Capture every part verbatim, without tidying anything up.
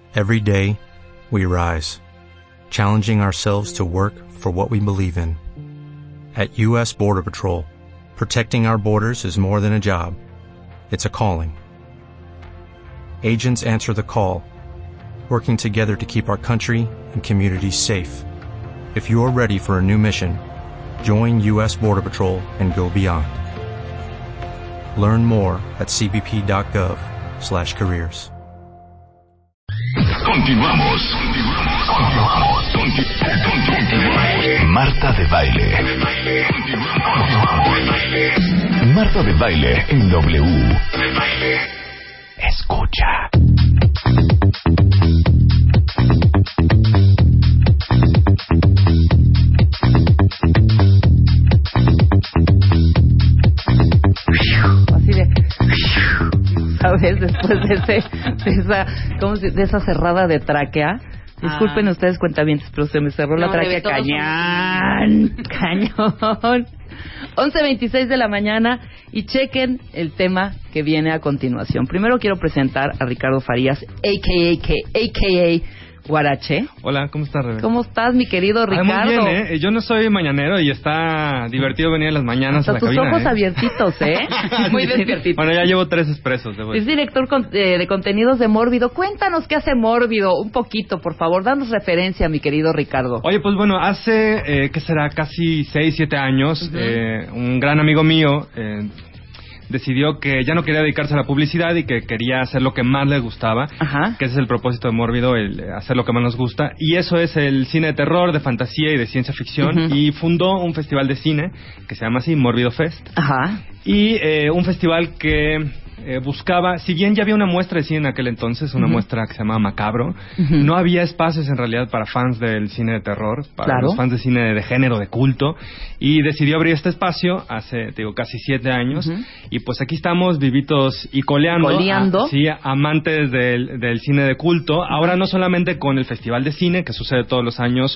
Every day, we rise, challenging ourselves to work for what we believe in. At U S Border Patrol, protecting our borders is more than a job. It's a calling. Agents answer the call, working together to keep our country and communities safe. If you're ready for a new mission, join U S Border Patrol and go beyond. Learn more at cbp.gov slash careers. Continuamos. Continuamos. Continuamos. Marta de Baile. Marta de Baile en W. Escucha. Así de, ¿sabes? Después de, ese, de esa, ¿cómo se, de esa cerrada de tráquea. Disculpen ah. ustedes cuentavientes, pero se me cerró no, la tráquea cañón, cañón. once veintiséis de la mañana y chequen el tema que viene a continuación. Primero quiero presentar a Ricardo Farías, a k a. a k a. Guarache. Hola, ¿cómo estás, Rebe? ¿Cómo estás, mi querido Ricardo? Ay, muy bien, ¿eh? Yo no soy mañanero y está divertido venir a las mañanas hasta a la tus cabina, ojos ¿eh? abiertitos, ¿eh? Muy despiertitos. Bueno, ya llevo tres expresos. Debo es director con, eh, de contenidos de Mórbido. Cuéntanos qué hace Mórbido, un poquito, por favor. Danos referencia, mi querido Ricardo. Oye, pues bueno, hace, eh, ¿qué será? Casi seis, siete años, uh-huh. eh, un gran amigo mío... Eh, decidió que ya no quería dedicarse a la publicidad y que quería hacer lo que más le gustaba. Ajá. Que ese es el propósito de Mórbido, el hacer lo que más nos gusta. Y eso es el cine de terror, de fantasía y de ciencia ficción. Uh-huh. Y fundó un festival de cine que se llama así, Mórbido Fest. Ajá. Y eh, un festival que eh, buscaba, si bien ya había una muestra de cine en aquel entonces, una uh-huh. muestra que se llamaba Macabro, uh-huh. no había espacios en realidad para fans del cine de terror, para claro. los fans de cine de género, de culto, y decidió abrir este espacio hace, te digo, casi siete años, uh-huh. y pues aquí estamos vivitos y coleando, coleando. A, sí, amantes del, del cine de culto, ahora no solamente con el Festival de Cine, que sucede todos los años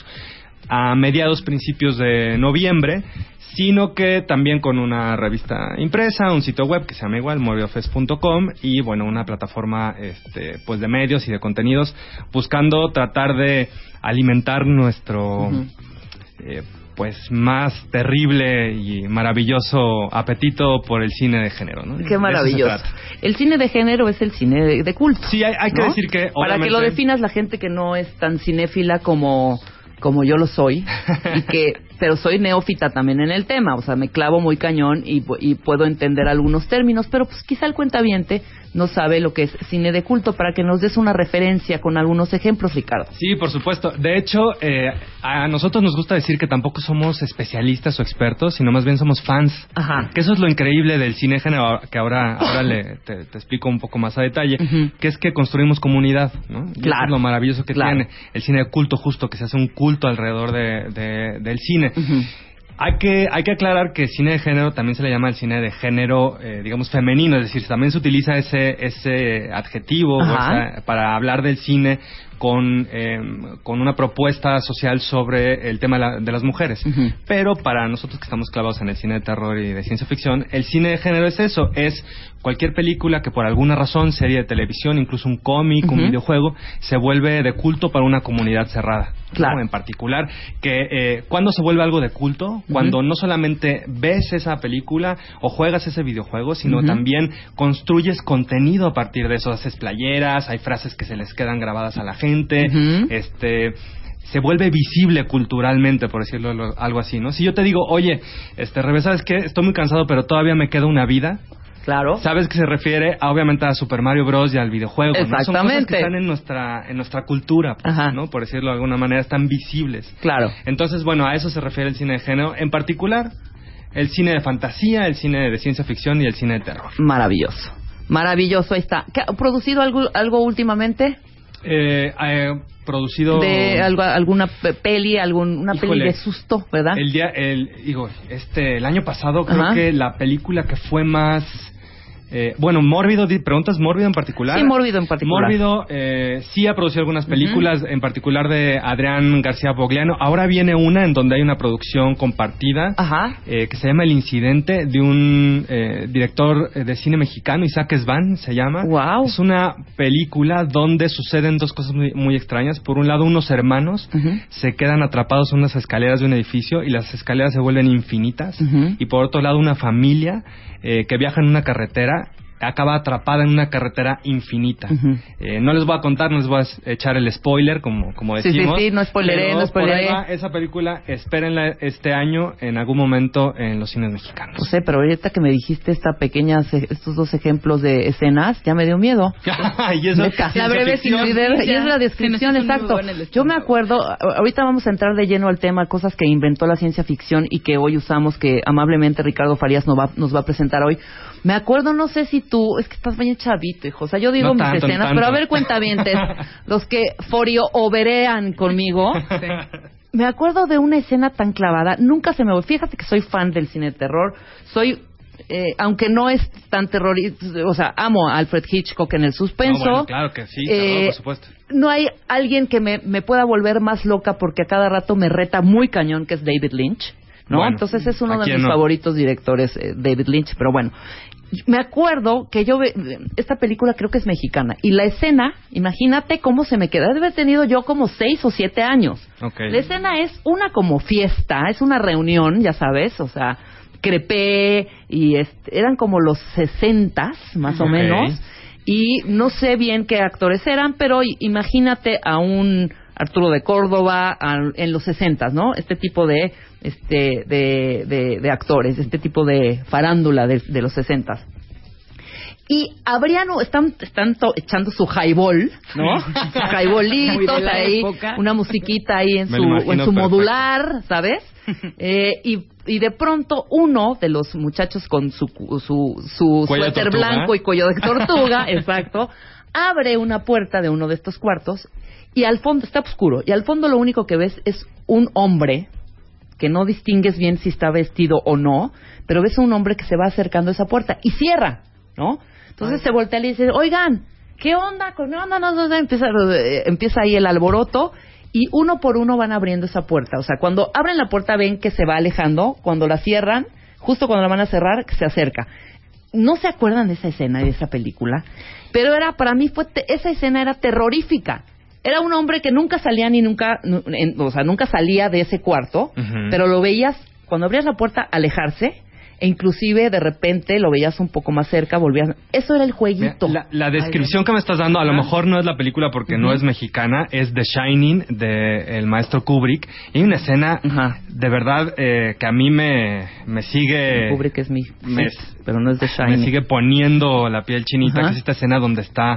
a mediados, principios de noviembre, sino que también con una revista impresa, un sitio web que se llama igual, morbidofest punto com, y bueno, una plataforma este, pues de medios y de contenidos, buscando tratar de alimentar nuestro uh-huh. eh, pues más terrible y maravilloso apetito por el cine de género, ¿no? Qué maravilloso. El cine de género es el cine de, de culto. Sí, hay, hay que ¿no? decir que obviamente... Para que lo definas la gente que no es tan cinéfila como... como yo lo soy, y que pero soy neófita también en el tema, o sea, me clavo muy cañón y, y puedo entender algunos términos, pero pues quizá el cuentaviente no sabe lo que es cine de culto, para que nos des una referencia con algunos ejemplos, Ricardo. Sí, por supuesto. De hecho, eh, a nosotros nos gusta decir que tampoco somos especialistas o expertos, sino más bien somos fans. Ajá. Que eso es lo increíble del cine género, que ahora, ahora le, te, te explico un poco más a detalle, uh-huh. que es que construimos comunidad, ¿no? Y claro. eso es lo maravilloso que claro. tiene el cine de culto, justo, que se hace un culto alrededor de, de, del cine. Uh-huh. Hay que hay que aclarar que el cine de género también se le llama el cine de género, eh, digamos, femenino, es decir, también se utiliza ese ese adjetivo, o sea, para hablar del cine con eh, con una propuesta social sobre el tema de, la, de las mujeres. Uh-huh. Pero para nosotros que estamos clavados en el cine de terror y de ciencia ficción, el cine de género es eso, es cualquier película que por alguna razón, serie de televisión, incluso un cómic, uh-huh. un videojuego, se vuelve de culto para una comunidad cerrada. Claro. ¿No? En particular, que eh, ¿cuándo se vuelve algo de culto? Uh-huh. Cuando no solamente ves esa película o juegas ese videojuego, sino uh-huh. también construyes contenido a partir de eso. Haces playeras, hay frases que se les quedan grabadas a la gente, uh-huh. este... se vuelve visible culturalmente, por decirlo algo así, ¿no? Si yo te digo, oye, este, Rebe, ¿sabes qué? Estoy muy cansado, pero todavía me queda una vida. Claro. Sabes que se refiere, a, obviamente, a Super Mario Bros. Y al videojuego, ¿no? Son cosas que están en nuestra en nuestra cultura, pues, ¿no? Por decirlo de alguna manera, están visibles. Claro. Entonces, bueno, a eso se refiere el cine de género. En particular, el cine de fantasía, el cine de ciencia ficción y el cine de terror. Maravilloso. Maravilloso, ahí está. ¿Ha producido algo, algo últimamente? Eh, eh, producido de algo, alguna peli, algún, una Híjole, peli de susto, ¿verdad? El día, el, digo, este, el año pasado creo Ajá. que la película que fue más Eh, bueno, Mórbido, ¿preguntas Mórbido en particular? Sí, Mórbido en particular. Mórbido eh, sí ha producido algunas películas, uh-huh. en particular de Adrián García Bogliano. Ahora viene una en donde hay una producción compartida, uh-huh. eh, que se llama El Incidente, de un eh, director de cine mexicano, Isaac Svan se llama. Wow. Es una película donde suceden dos cosas muy, muy extrañas. Por un lado, unos hermanos uh-huh. se quedan atrapados en unas escaleras de un edificio y las escaleras se vuelven infinitas. Uh-huh. Y por otro lado, una familia eh, que viaja en una carretera acaba atrapada en una carretera infinita. Uh-huh. Eh, no les voy a contar, no les voy a echar el spoiler, como, como decimos. Sí, sí, sí, no spoileré, no spoileré. Esa película, espérenla este año, en algún momento, en los cines mexicanos. No sé, pero ahorita que me dijiste esta pequeña, estos dos ejemplos de escenas, ya me dio miedo. y eso, la breve sin y es la descripción, exacto. Yo me acuerdo, ahorita vamos a entrar de lleno al tema, cosas que inventó la ciencia ficción y que hoy usamos, que amablemente Ricardo Farías nos va, nos va a presentar hoy. Me acuerdo, no sé si tú, es que estás bien chavito, hijo. O sea, yo digo no mis tanto, escenas, no pero a ver, cuentavientes, los que forio overean conmigo. Sí. Me acuerdo de una escena tan clavada, nunca se me... Fíjate que soy fan del cine de terror, soy... Eh, aunque no es tan terrorista, o sea, amo a Alfred Hitchcock en el suspenso. No, bueno, claro que sí, terror, eh, por supuesto. No hay alguien que me, me pueda volver más loca porque a cada rato me reta muy cañón, que es David Lynch, ¿no? Bueno, entonces es uno de mis no? favoritos directores, eh, David Lynch, pero bueno. Me acuerdo que yo, esta película creo que es mexicana, y la escena, imagínate cómo se me queda, debe haber tenido yo como seis o siete años. Okay. La escena es una como fiesta, es una reunión, ya sabes, o sea, crepé, y este, eran como los sesentas, más o okay. menos, y no sé bien qué actores eran, pero imagínate a un Arturo de Córdoba a, en los sesentas, ¿no? Este tipo de este de, de, de actores, este tipo de farándula de, de los sesentas. Y habrían, están, están to, echando su highball, ¿no? Su highballitos ahí, época. Una musiquita ahí en Me su, en su modular, ¿sabes? Eh, y, y de pronto uno de los muchachos con su, su, su suéter blanco y cuello de tortuga, exacto, abre una puerta de uno de estos cuartos y al fondo, está oscuro, y al fondo lo único que ves es un hombre que no distingues bien si está vestido o no, pero ves a un hombre que se va acercando a esa puerta y cierra, ¿no? Entonces Ay. se voltea y le dice, oigan, ¿qué onda? ¿Qué onda? No, no, no, empieza, empieza ahí el alboroto y uno por uno van abriendo esa puerta. O sea, cuando abren la puerta ven que se va alejando, cuando la cierran, justo cuando la van a cerrar, se acerca. No se acuerdan de esa escena, de esa película, pero era para mí, fue te, esa escena era terrorífica. Era un hombre que nunca salía ni nunca, en, o sea, nunca salía de ese cuarto, uh-huh. pero lo veías, cuando abrías la puerta, alejarse, e inclusive de repente lo veías un poco más cerca, volvías... Eso era el jueguito. La, la descripción Ay, que me estás dando, a lo mejor no es la película porque uh-huh. no es mexicana, es The Shining, de el maestro Kubrick. Y hay una escena, uh-huh. de verdad, eh, que a mí me, me sigue... Kubrick es mi... Me, sí, pero no es The Shining. Me sigue poniendo la piel chinita, uh-huh. que es esta escena donde está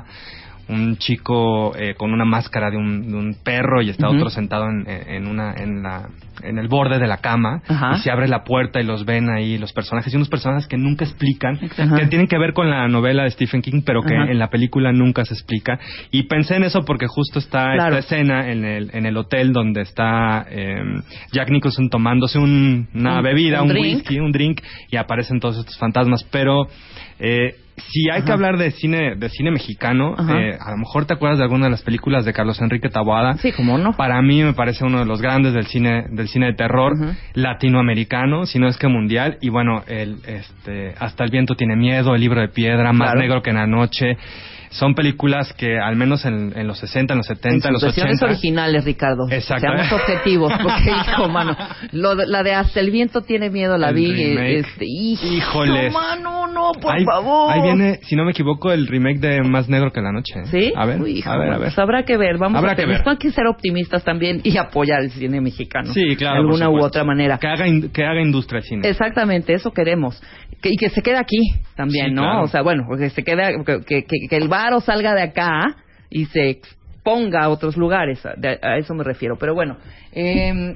un chico eh, con una máscara de un, de un perro y está uh-huh. otro sentado en, en una en la en el borde de la cama uh-huh. y se abre la puerta y los ven ahí los personajes y unos personajes que nunca explican uh-huh. que tienen que ver con la novela de Stephen King pero que uh-huh. en la película nunca se explica y pensé en eso porque justo está claro. esta escena en el en el hotel donde está eh, Jack Nicholson tomándose un, una un, bebida un, un whisky un drink y aparecen todos estos fantasmas pero eh, si hay Ajá. que hablar de cine de cine mexicano, eh, a lo mejor te acuerdas de alguna de las películas de Carlos Enrique Taboada. Sí, cómo no. Para mí me parece uno de los grandes del cine del cine de terror Ajá. latinoamericano, si no es que mundial. Y bueno, el este Hasta el viento tiene miedo, El libro de piedra, Más claro. negro que en la noche. Son películas que al menos en, en los sesenta, en los setenta, en, en los ochenta... versiones originales, Ricardo. Exacto. Seamos objetivos, porque, hijo, mano, lo, la de Hasta el viento tiene miedo la el vi. Este, hijo, Híjoles. mano, no, por ahí, favor. Ahí viene, si no me equivoco, el remake de Más negro que la noche. ¿Sí? A ver, Uy, hijo, a ver, a ver. Pues habrá que ver. Vamos habrá a ver. Hay que ser optimistas también y apoyar el cine mexicano. Sí, claro. De alguna u otra manera. Que haga, in, que haga industria el cine. Exactamente, eso queremos. Que, y que se quede aquí también, sí, ¿no? Claro. O sea, bueno, que se quede, que, que, que, que el varo salga de acá y se exponga a otros lugares, a, a eso me refiero. Pero bueno, eh,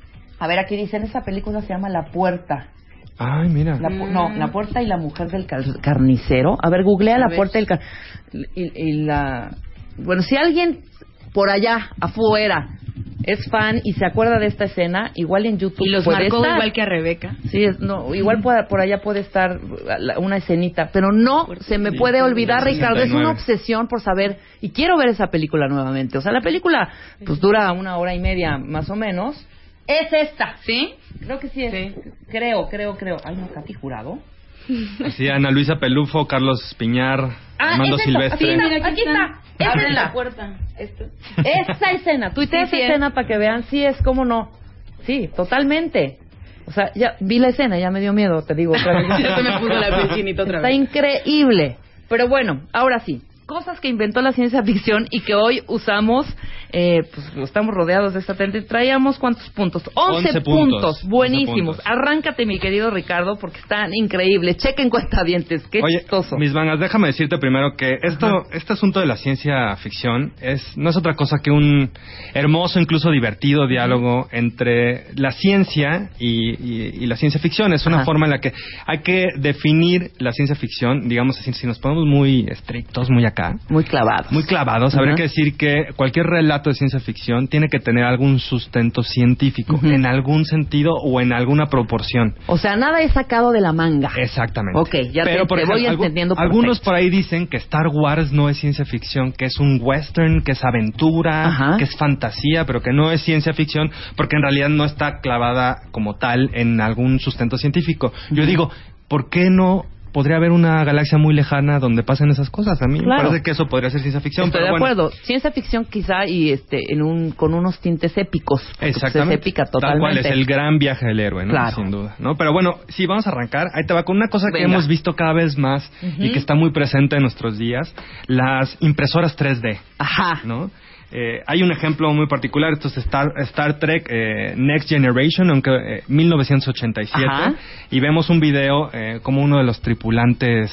a ver, aquí dicen, esa película se llama La Puerta. Ay, mira. La, no, La Puerta y la mujer del car- carnicero. A ver, googlea La Puerta y el carnicero. Y, y la... Bueno, si alguien por allá, afuera, es fan y se acuerda de esta escena, igual en YouTube y los puede marcó estar. igual que a Rebeca. Sí, es, no, igual por, por allá puede estar una escenita, pero no se me puede olvidar, Ricardo, es una obsesión por saber y quiero ver esa película nuevamente. O sea, la película pues dura una hora y media más o menos. Es esta, ¿sí? Creo que sí es. Sí. Creo, creo, creo. Ay, no, Katy Jurado. Sí, Ana Luisa Pelufo, Carlos Piñar, ah, Armando es Silvestre. Aquí está, aquí está. está. Abre la puerta. Esto. Esa escena, tuitea sí, esa sí escena es. Para que vean, sí es, cómo no. Sí, totalmente. O sea, ya vi la escena, ya me dio miedo, te digo otra vez. Ya se me puso la piel chinita otra vez. Está increíble. Pero bueno, ahora sí. Cosas que inventó la ciencia ficción y que hoy usamos, eh, pues estamos rodeados de esta tendencia. Traíamos ¿cuántos puntos? once puntos, buenísimos. once puntos. Arráncate, mi querido Ricardo, porque están increíbles. Chequen cuentavientes, qué Oye, chistoso. Mis mangas, déjame decirte primero que esto, este asunto de la ciencia ficción es no es otra cosa que un hermoso, incluso divertido diálogo uh-huh. entre la ciencia y, y, y la ciencia ficción. Es una uh-huh. forma en la que hay que definir la ciencia ficción, digamos así, si nos ponemos muy estrictos, muy acá. Muy clavados. Muy clavados. Uh-huh. Habría que decir que cualquier relato de ciencia ficción tiene que tener algún sustento científico, uh-huh. en algún sentido o en alguna proporción. O sea, nada es sacado de la manga. Exactamente. Ok, ya Pero, te, por te ejemplo, voy entendiendo algu- Algunos perfecto. por ahí dicen que Star Wars no es ciencia ficción, que es un western, que es aventura, uh-huh. que es fantasía, pero que no es ciencia ficción, porque en realidad no está clavada como tal en algún sustento científico. Uh-huh. Yo digo, ¿por qué no podría haber una galaxia muy lejana donde pasen esas cosas? A mí claro. me parece que eso podría ser ciencia ficción. Estoy pero de bueno. acuerdo. Ciencia ficción quizá y este en un con unos tintes épicos. Exactamente. Es épica totalmente. Tal cual es el gran viaje del héroe, ¿no? Claro. Sin duda, ¿no? Pero bueno, sí, vamos a arrancar. Ahí te va con una cosa Venga. que hemos visto cada vez más uh-huh. y que está muy presente en nuestros días, las impresoras tres D. Ajá. ¿No? Eh, hay un ejemplo muy particular, esto es Star, Star Trek eh, Next Generation, aunque eh, mil novecientos ochenta y siete, Ajá. y vemos un video eh, como uno de los tripulantes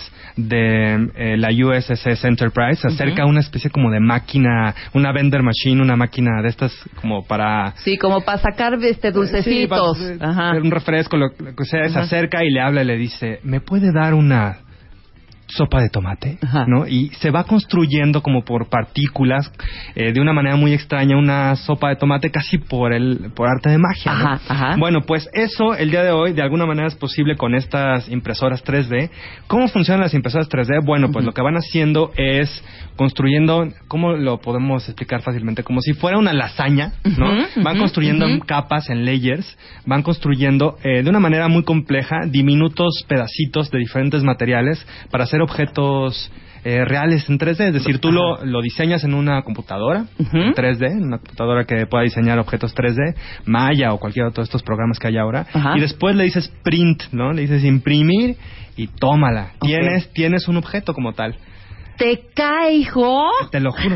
de eh, la U S S Enterprise acerca uh-huh. una especie como de máquina, una vendor machine, una máquina de estas como para... Sí, como para sacar este dulcecitos. Sí, para, Ajá. un refresco, lo, lo que sea, Ajá. se acerca y le habla y le dice, ¿me puede dar una sopa de tomate? Ajá. ¿No? Y se va construyendo como por partículas eh, de una manera muy extraña una sopa de tomate casi por el por arte de magia, ¿no? Ajá, ajá. Bueno, pues eso el día de hoy de alguna manera es posible con estas impresoras tres D. ¿Cómo funcionan las impresoras tres D? Bueno, pues uh-huh. lo que van haciendo es construyendo, ¿cómo lo podemos explicar fácilmente? Como si fuera una lasaña, ¿no? Uh-huh, van construyendo uh-huh. capas en layers, van construyendo eh, de una manera muy compleja diminutos pedacitos de diferentes materiales para hacer objetos eh, reales en tres D, es decir, tú lo, lo diseñas en una computadora uh-huh. en tres D, en una computadora que pueda diseñar objetos tres D, Maya o cualquiera de todos estos programas que hay ahora, uh-huh. y después le dices print, ¿no? Le dices imprimir y tómala. Okay. Tienes, tienes un objeto como tal. ¿Te cae, hijo? Te lo juro.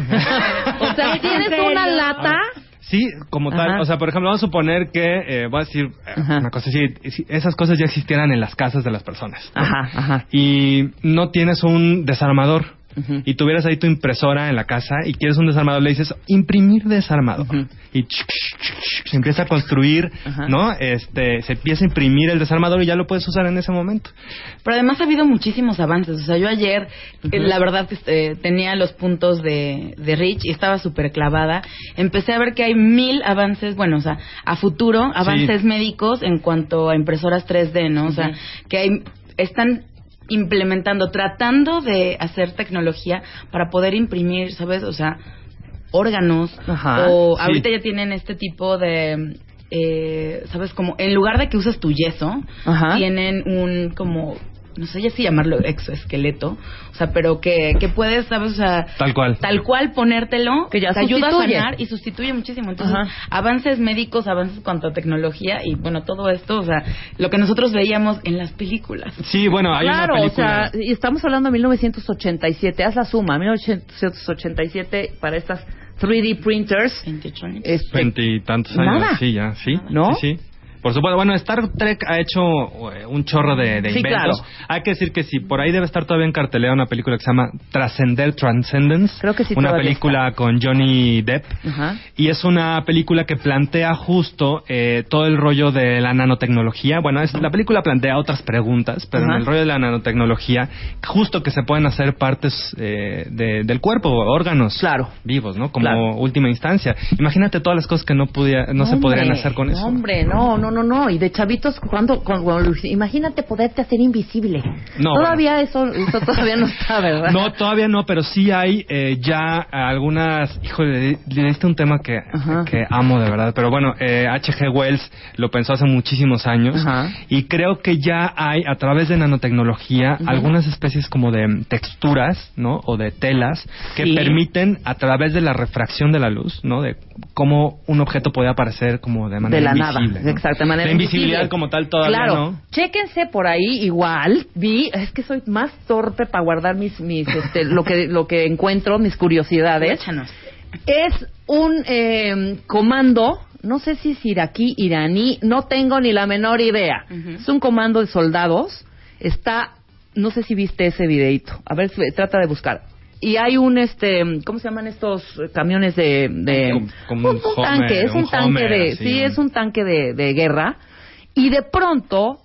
O sea, ¿tienes una lata? Sí, como tal. Ajá. O sea, por ejemplo, vamos a suponer que, eh, voy a decir Ajá. una cosa así, esas cosas ya existieran en las casas de las personas, ¿no? Ajá, ajá. Y no tienes un desarmador. Uh-huh. Y tuvieras ahí tu impresora en la casa y quieres un desarmador, le dices imprimir desarmador uh-huh. y ch, ch, ch, se empieza a construir, uh-huh. ¿no? Este, se empieza a imprimir el desarmador y ya lo puedes usar en ese momento. Pero además ha habido muchísimos avances. O sea, yo ayer, uh-huh. eh, la verdad, eh, tenía los puntos de, de Rich y estaba súper clavada. Empecé a ver que hay mil avances, bueno, o sea, a futuro, avances sí. médicos en cuanto a impresoras tres D, ¿no? O sea, uh-huh. que hay, están implementando, tratando de hacer tecnología para poder imprimir, ¿sabes? O sea, órganos. Ajá, o sí. ahorita ya tienen este tipo de, eh, ¿sabes? Como en lugar de que uses tu yeso, Ajá. tienen un como, no sé ya si llamarlo exoesqueleto, o sea, pero que, que puedes, ¿sabes? O sea, tal cual. Tal cual ponértelo, que ya te ayuda a sanar y sustituye muchísimo. Entonces, Ajá. avances médicos, avances cuanto a tecnología y, bueno, todo esto, o sea, lo que nosotros veíamos en las películas. Sí, bueno, hay claro, una película. O sea, y estamos hablando de mil novecientos ochenta y siete, haz la suma, mil novecientos ochenta y siete para estas tres D printers. Veinte y tantos años, nada. sí, ya, sí. ¿No? Sí, sí. Por supuesto, bueno, Star Trek ha hecho uh, un chorro de, de sí, inventos. Claro. Hay que decir que sí, por ahí debe estar todavía en cartelera una película que se llama Trascender, Transcendence. Creo que sí. Una película está. con Johnny Depp. Ajá. Y es una película que plantea justo eh, todo el rollo de la nanotecnología. Bueno, es, la película plantea otras preguntas, pero Ajá. en el rollo de la nanotecnología, justo que se pueden hacer partes eh, de, del cuerpo, órganos claro. vivos, ¿no? Como claro. última instancia. Imagínate todas las cosas que no, pudiera, no, no se podrían hacer con no, eso. Hombre, no, no, no, no. Y de chavitos, cuando, cuando imagínate poderte hacer invisible. No, todavía bueno. eso, eso todavía no está, ¿verdad? No, todavía no, pero sí hay eh, ya algunas. Híjole, le diste un tema que, que amo de verdad. Pero bueno, eh, H G Wells lo pensó hace muchísimos años. Ajá. Y creo que ya hay a través de nanotecnología uh-huh. algunas especies como de texturas, ¿no? O de telas que sí. permiten a través de la refracción de la luz, ¿no? De cómo un objeto puede aparecer como de manera de la invisible. Nada. ¿no? Exacto, de manera la invisibilidad invisible. Como tal todavía claro. no. Chéquense por ahí igual. Vi, es que soy más torpe para guardar mis, mis, este, lo que, lo que encuentro, mis curiosidades. Échanos. Es un eh, comando. No sé si es iraquí, iraní, no tengo ni la menor idea. Uh-huh. Es un comando de soldados. Está, no sé si viste ese videito. A ver, trata de buscar. Y hay un, este, ¿cómo se llaman estos camiones de, de como, como un, un Homer, tanque? Es un, un tanque Homer, de, sí, sí un... es un tanque de, de guerra. Y de pronto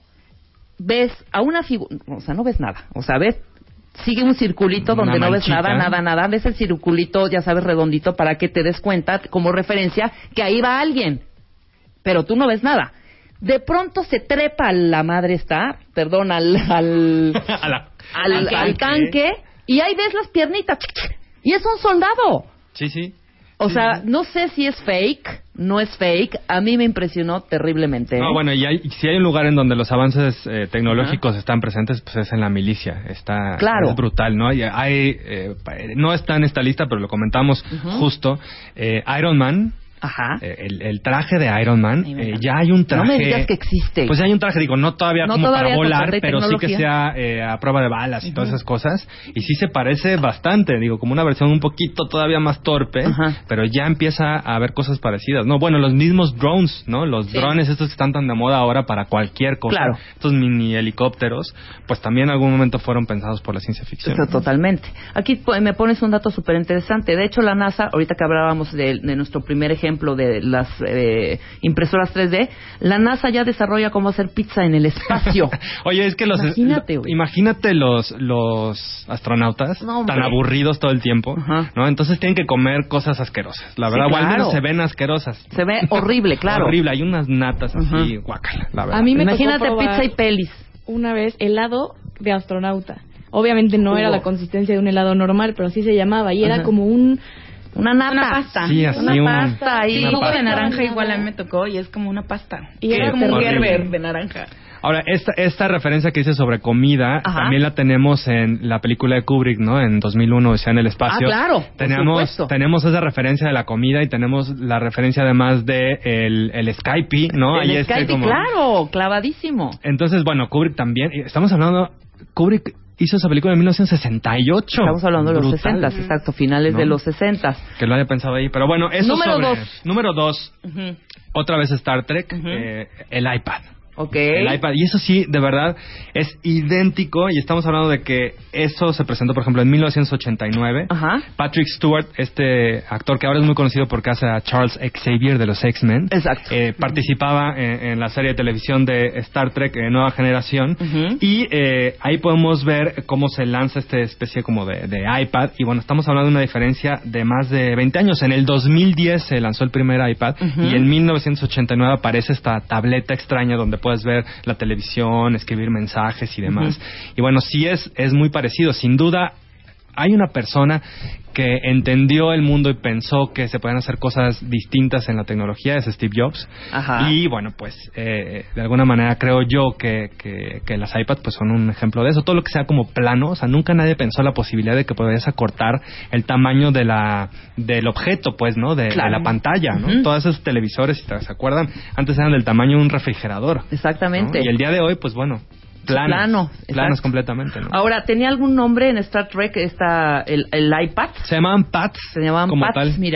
ves a una figura, o sea, no ves nada. O sea, ves, sigue un circulito donde una no manchita. ves nada, nada, nada. Ves el circulito, ya sabes, redondito para que te des cuenta, como referencia, que ahí va alguien. Pero tú no ves nada. De pronto se trepa a la madre está, perdón, al al, a la, al, al, al tanque, y ahí ves las piernitas. Y es un soldado. Sí, sí. O sí, sea, sí. no sé si es fake, no es fake. A mí me impresionó terriblemente. ¿eh? No, bueno, y hay, si hay un lugar en donde los avances eh, tecnológicos uh-huh. están presentes, pues es en la milicia. Está, claro. Es brutal, ¿no? Y hay, eh, no está en esta lista, pero lo comentamos uh-huh. justo. Eh, Iron Man. Ajá. Eh, el, el traje de Iron Man, eh, ya hay un traje. No me digas que existe. Pues ya hay un traje, digo, no todavía no como todavía para volar, pero sí que sea eh, a prueba de balas y uh-huh. todas esas cosas. Y sí se parece bastante, digo, como una versión un poquito todavía más torpe, uh-huh. pero ya empieza a haber cosas parecidas. No, bueno, los mismos drones, ¿no? Los sí. drones estos que están tan de moda ahora para cualquier cosa. Claro. Estos mini helicópteros, pues también en algún momento fueron pensados por la ciencia ficción. Eso, totalmente. Aquí me pones un dato súper interesante. De hecho, la NASA, ahorita que hablábamos de, de nuestro primer ejemplo de las Eh, impresoras tres D, la NASA ya desarrolla cómo hacer pizza en el espacio. Oye, es que los imagínate, lo, imagínate los los astronautas no, tan aburridos todo el tiempo, uh-huh. ¿no? Entonces tienen que comer cosas asquerosas, la verdad, sí, claro. o al menos se ven asquerosas. Se ve horrible, claro. Horrible, hay unas natas uh-huh. así, guácala, la verdad. A mí me imagínate pizza y pelis. Una vez helado de astronauta. Obviamente no uh-huh. era la consistencia de un helado normal, pero así se llamaba y uh-huh. era como un Una nata. Una pasta. Sí, así una un, pasta. Y una jugo pasta. de naranja igual a mí me tocó y es como una pasta. Y era como un horrible. Gerber de naranja. Ahora, esta, esta referencia que dice sobre comida, Ajá. también la tenemos en la película de Kubrick, ¿no? En dos mil uno, o sea, en el espacio. Ah, claro, tenemos, tenemos esa referencia de la comida y tenemos la referencia además de el, el Skype, ¿no? El Ahí Skype, este como... claro, clavadísimo. Entonces, bueno, Kubrick también, estamos hablando, Kubrick hizo esa película en mil novecientos sesenta y ocho. Estamos hablando de Brutal. los sesentas, exacto, finales ¿no? de los sesentas. Que lo haya pensado ahí, pero bueno, eso Número sobre... dos. Número dos. Uh-huh. Otra vez Star Trek, uh-huh. eh, el iPad. Okay. El iPad. Y eso sí, de verdad, es idéntico. Y estamos hablando de que eso se presentó, por ejemplo, en mil novecientos ochenta y nueve. Ajá. Patrick Stewart, este actor que ahora es muy conocido porque hace a Charles Xavier de los X-Men. Exacto. Eh, participaba en, en la serie de televisión de Star Trek eh, Nueva Generación. Uh-huh. Y eh, ahí podemos ver cómo se lanza esta especie como de, de iPad. Y bueno, estamos hablando de una diferencia de más de veinte años. En el dos mil diez se lanzó el primer iPad. Uh-huh. Y en mil novecientos ochenta y nueve aparece esta tableta extraña donde puedes ver la televisión, escribir mensajes y demás. Uh-huh. Y bueno, sí es, es muy parecido. Sin duda, hay una persona que entendió el mundo y pensó que se pueden hacer cosas distintas en la tecnología, es Steve Jobs. Ajá. Y bueno, pues eh, de alguna manera creo yo que, que, que las iPads pues son un ejemplo de eso. Todo lo que sea como plano, o sea, nunca nadie pensó la posibilidad de que podrías acortar el tamaño de la del objeto, pues, ¿no? De, claro. de la pantalla, ¿no? Uh-huh. Todos esos televisores, si te, se acuerdan, antes eran del tamaño de un refrigerador. Exactamente. ¿no? Y el día de hoy, pues bueno, planos, plano, planos completamente, ¿no? Ahora, ¿tenía algún nombre en Star Trek esta, el, el iPad? Se llamaban Pads. Se llamaban como Pads, tal. mira.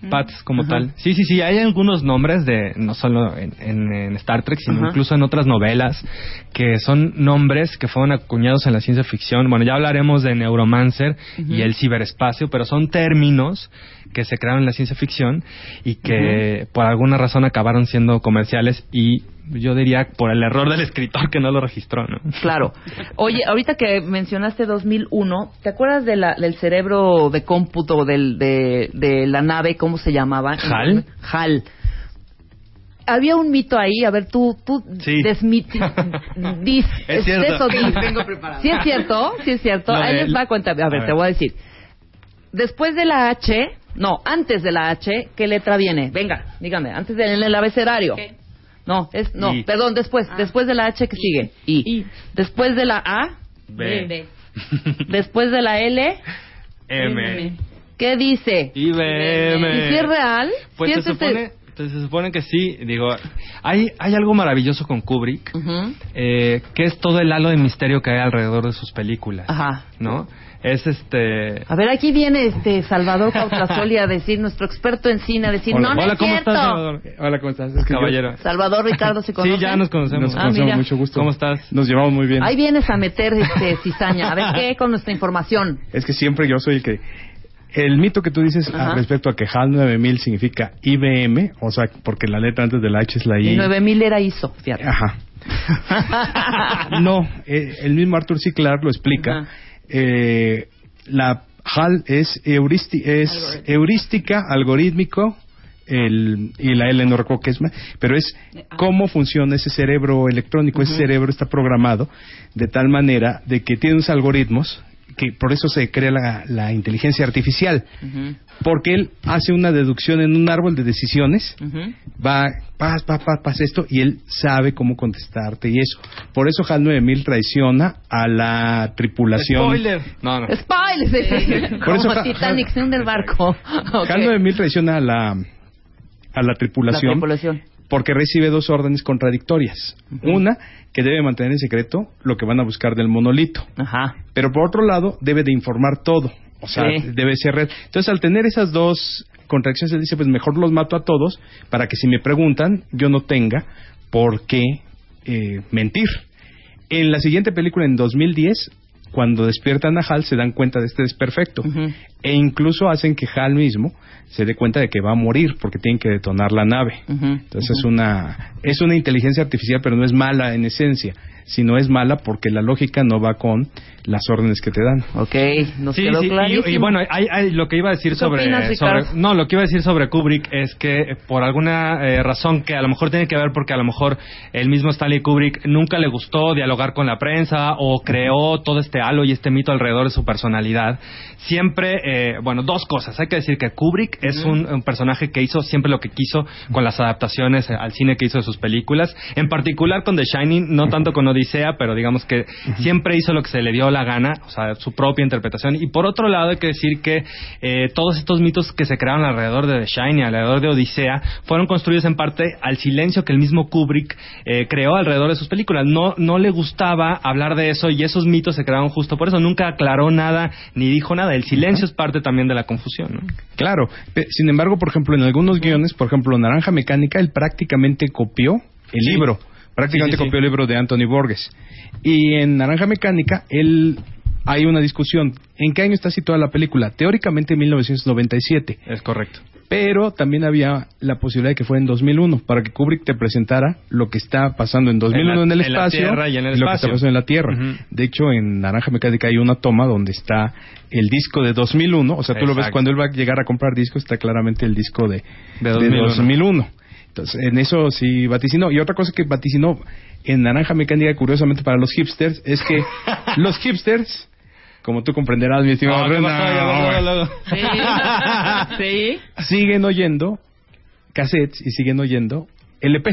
Pats como Ajá. tal. Sí, sí, sí, hay algunos nombres de, no solo en, en, en Star Trek, sino Ajá. incluso en otras novelas, que son nombres que fueron acuñados en la ciencia ficción. Bueno, ya hablaremos de Neuromancer uh-huh. y el ciberespacio, pero son términos que se crearon en la ciencia ficción y que uh-huh. por alguna razón acabaron siendo comerciales y yo diría por el error del escritor que no lo registró, ¿no? Claro. Oye, ahorita que mencionaste dos mil uno, ¿te acuerdas de la, del cerebro de cómputo del, de, de la nave? ¿Cómo se llamaba? HAL. HAL. Había un mito ahí, a ver, tú, tú sí. desmiti... dis, es cierto. Eso, dis. Tengo preparado. ¿Sí es cierto? ¿Sí es cierto? No, Ahí el... les va a contar. A ver, a ver, te voy a decir. Después de la H, no, antes de la H, ¿qué letra viene? Venga, dígame, antes del abecedario. ¿Qué? No, es, no, I. perdón, después, ah. después de la H, ¿qué I. sigue? I. I. Después de la A, B. B. Después de la L, M. M. ¿Qué dice? I B M. ¿Y si es real? Pues ¿Sí se, es supone, este... se supone que sí, digo, hay, hay algo maravilloso con Kubrick, uh-huh. eh, que es todo el halo de misterio que hay alrededor de sus películas, Ajá. ¿no? Es este... A ver, aquí viene este Salvador Cautrasoli a decir, nuestro experto en cine, a decir, hola, no, no hola, es ¿cómo cierto. Estás, Salvador? Hola, ¿cómo estás? Es que Caballero. Yo... Salvador, Ricardo, ¿se conocen? Sí, ya nos conocemos. Nos conocemos, ah, mucho gusto. ¿Cómo estás? Nos llevamos muy bien. Ahí vienes a meter este cizaña. A ver, ¿qué con nuestra información? Es que siempre yo soy el que... El mito que tú dices Ajá. respecto a que HAL nueve mil significa I B M, o sea, porque la letra antes de la H es la I. Y nueve mil era I S O, fíjate. Ajá. No, eh, el mismo Arthur C. Clarke lo explica. Eh, la HAL es, euristi es heurística, algorítmico, el, y la L no recuerdo qué es, pero es cómo funciona ese cerebro electrónico. Uh-huh. Ese cerebro está programado de tal manera de que tiene unos algoritmos que por eso se crea la, la inteligencia artificial, uh-huh. porque él hace una deducción en un árbol de decisiones, uh-huh. va, paz, paz, paz, paz esto, y él sabe cómo contestarte y eso. Por eso HAL nueve mil traiciona a la tripulación. Spoiler. No, no. Spoiler. Sí. Por eso Titanic se hunde el barco. Okay. HAL nueve mil traiciona a la a la tripulación. La tripulación. Porque recibe dos órdenes contradictorias. Uh-huh. Una, que debe mantener en secreto lo que van a buscar del monolito. Ajá. Pero por otro lado, debe de informar todo. O sea, sí. debe ser red. Entonces, al tener esas dos contradicciones, él dice, pues mejor los mato a todos para que si me preguntan, yo no tenga por qué eh, mentir. En la siguiente película, en dos mil diez, cuando despiertan a HAL, se dan cuenta de este desperfecto. Uh-huh. E incluso hacen que HAL mismo se dé cuenta de que va a morir porque tienen que detonar la nave. Uh-huh. Entonces uh-huh. es una es una inteligencia artificial, pero no es mala en esencia, sino es mala porque la lógica no va con las órdenes que te dan. Okay, nos sí, quedó sí, clarísimo. Y, y bueno, hay, hay, lo que iba a decir sobre, opinas, sobre no, lo que iba a decir sobre Kubrick es que eh, por alguna eh, razón que a lo mejor tiene que ver porque a lo mejor el mismo Stanley Kubrick nunca le gustó dialogar con la prensa o creó todo este halo y este mito alrededor de su personalidad. Siempre, eh, bueno, dos cosas. Hay que decir que Kubrick uh-huh. es un, un personaje que hizo siempre lo que quiso con las adaptaciones al cine que hizo de sus películas. En particular con The Shining, no tanto con Odisea, pero digamos que uh-huh. siempre hizo lo que se le dio la gana, o sea, su propia interpretación. Y por otro lado, hay que decir que eh, todos estos mitos que se crearon alrededor de The Shining, alrededor de Odisea, fueron construidos en parte al silencio que el mismo Kubrick eh, creó alrededor de sus películas. No, no le gustaba hablar de eso y esos mitos se crearon justo por eso. Nunca aclaró nada ni dijo nada. El silencio uh-huh. es parte también de la confusión, ¿no? Claro. Sin embargo, por ejemplo, en algunos guiones, por ejemplo, Naranja Mecánica, él prácticamente copió el sí. libro. Prácticamente sí, sí, copió sí. el libro de Anthony Burgess. Y en Naranja Mecánica, él... hay una discusión. ¿En qué año está situada la película? Teóricamente en mil novecientos noventa y siete. Es correcto. Pero también había la posibilidad de que fuera en dos mil uno, para que Kubrick te presentara lo que está pasando en dos mil uno en, la, en el en espacio la tierra y, en el y lo espacio. que está pasando en la Tierra. Uh-huh. De hecho, en Naranja Mecánica hay una toma donde está el disco de dos mil uno. O sea, tú Exacto. lo ves cuando él va a llegar a comprar discos, está claramente el disco de, de, dos mil uno. de dos mil uno. Entonces, en eso sí vaticinó. Y otra cosa que vaticinó en Naranja Mecánica, curiosamente para los hipsters, es que los hipsters... como tú comprenderás, mi estimado oh, Renan, no, no, sí. sí. siguen oyendo cassettes y siguen oyendo L Pes.